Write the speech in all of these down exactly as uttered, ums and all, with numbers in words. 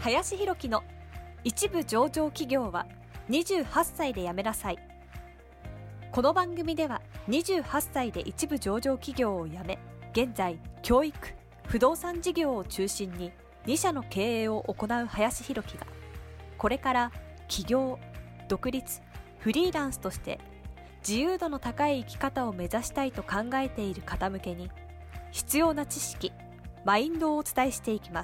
林弘樹の一部上場企業はにじゅうはっさいで辞めなさい。この番組ではにじゅうはっさいで一部上場企業を辞め、現在教育、不動産事業を中心にに社の経営を行う林弘樹が、これから起業、独立、フリーランスとして自由度の高い生き方を目指したいと考えている方向けに必要な知識、マインドをお伝えしていきます。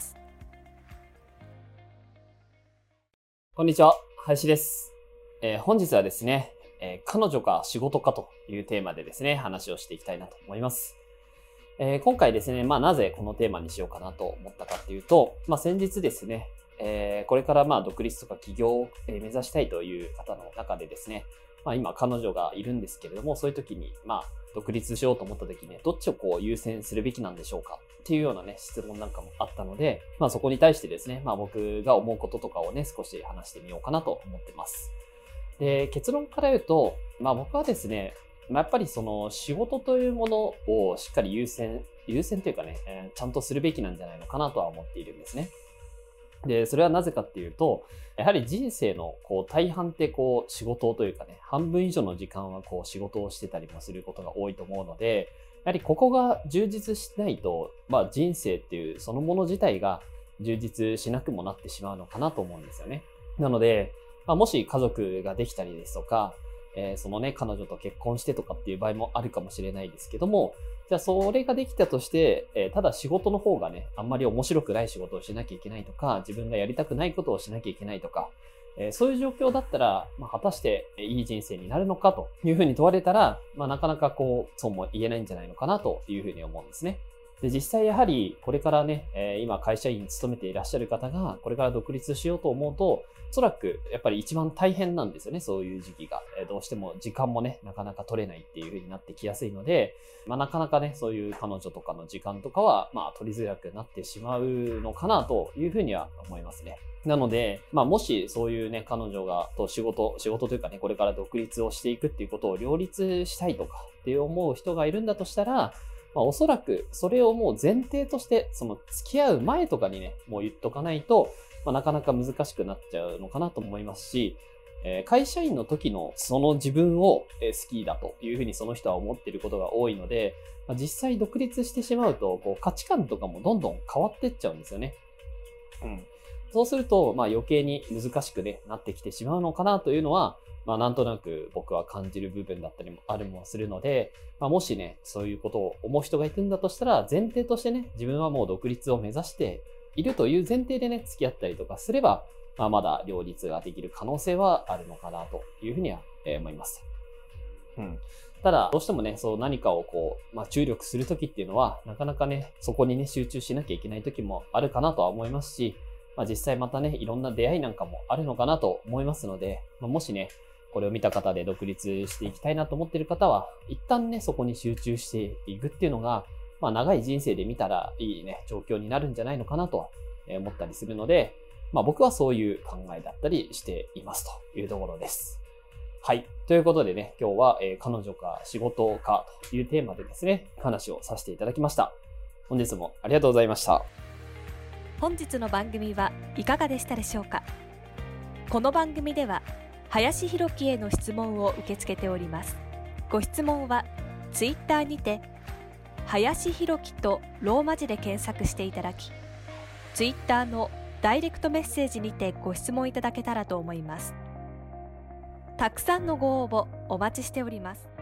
こんにちは、林です。えー、本日はですね、えー、彼女か仕事かというテーマでですね、話をしていきたいなと思います。えー、今回ですね、まあなぜこのテーマにしようかなと思ったかっていうと、まあ先日ですね、えー、これからまあ独立とか起業を目指したいという方の中でですね、まあ今彼女がいるんですけれども、そういう時にまあ独立しようと思った時に、ね、どっちをこう優先するべきなんでしょうかっていうようなね、質問なんかもあったので、まあそこに対してですね、まあ僕が思うこととかをね、少し話してみようかなと思ってます。で、結論から言うと、まあ僕はですね、まあ、やっぱりその仕事というものをしっかり優先、優先というかね、えー、ちゃんとするべきなんじゃないのかなとは思っているんですね。で、それはなぜかっていうと、やはり人生のこう大半ってこう仕事というかね、半分以上の時間はこう仕事をしてたりもすることが多いと思うので、やはりここが充実しないと、まあ人生っていうそのもの自体が充実しなくもなってしまうのかなと思うんですよね。なので、まあ、もし家族ができたりですとか、えー、そのね、彼女と結婚してとかっていう場合もあるかもしれないですけども、じゃあそれができたとして、えー、ただ仕事の方がね、あんまり面白くない仕事をしなきゃいけないとか、自分がやりたくないことをしなきゃいけないとか、えー、そういう状況だったら、まあ、果たしていい人生になるのかというふうに問われたら、まあ、なかなかこう、そうも言えないんじゃないのかなというふうに思うんですね。で、実際やはりこれからね、えー、今会社員に勤めていらっしゃる方がこれから独立しようと思うと、おそらくやっぱり一番大変なんですよね、そういう時期が。えー、どうしても時間もね、なかなか取れないっていう風になってきやすいので、まあなかなかね、そういう彼女とかの時間とかは、まあ取りづらくなってしまうのかなという風には思いますね。なので、まあもしそういうね、彼女がと仕事、仕事というかね、これから独立をしていくっていうことを両立したいとかって思う人がいるんだとしたら、まあ、おそらくそれをもう前提として、その付き合う前とかにね、もう言っとかないと、まあ、なかなか難しくなっちゃうのかなと思いますし、えー、会社員の時のその自分を好きだというふうにその人は思っていることが多いので、まあ、実際独立してしまうと、こう価値観とかもどんどん変わっていっちゃうんですよね。うん。そうすると、まあ余計に難しくね、なってきてしまうのかなというのは、まあなんとなく僕は感じる部分だったりもあるもするので、まあもしね、そういうことを思う人がいるんだとしたら、前提としてね、自分はもう独立を目指しているという前提でね、付き合ったりとかすれば、まあまだ両立ができる可能性はあるのかなというふうには思います。うん。ただ、どうしてもね、そう何かをこう、まあ注力するときっていうのは、なかなかね、そこにね、集中しなきゃいけないときもあるかなとは思いますし、まあ実際またね、いろんな出会いなんかもあるのかなと思いますので、まあ、もしね、これを見た方で独立していきたいなと思っている方は、一旦ね、そこに集中していくっていうのが、まあ長い人生で見たらいいね、状況になるんじゃないのかなと思ったりするので、まあ僕はそういう考えだったりしていますというところです。はい。ということでね、今日は、えー、彼女か仕事かというテーマでですね、話をさせていただきました。本日もありがとうございました。 本日の番組はいかがでしたでしょうか。この番組では林弘樹への質問を受け付けております。ご質問はツイッターにて林弘樹とローマ字で検索していただき、ツイッターのダイレクトメッセージにてご質問いただけたらと思います。たくさんのご応募お待ちしております。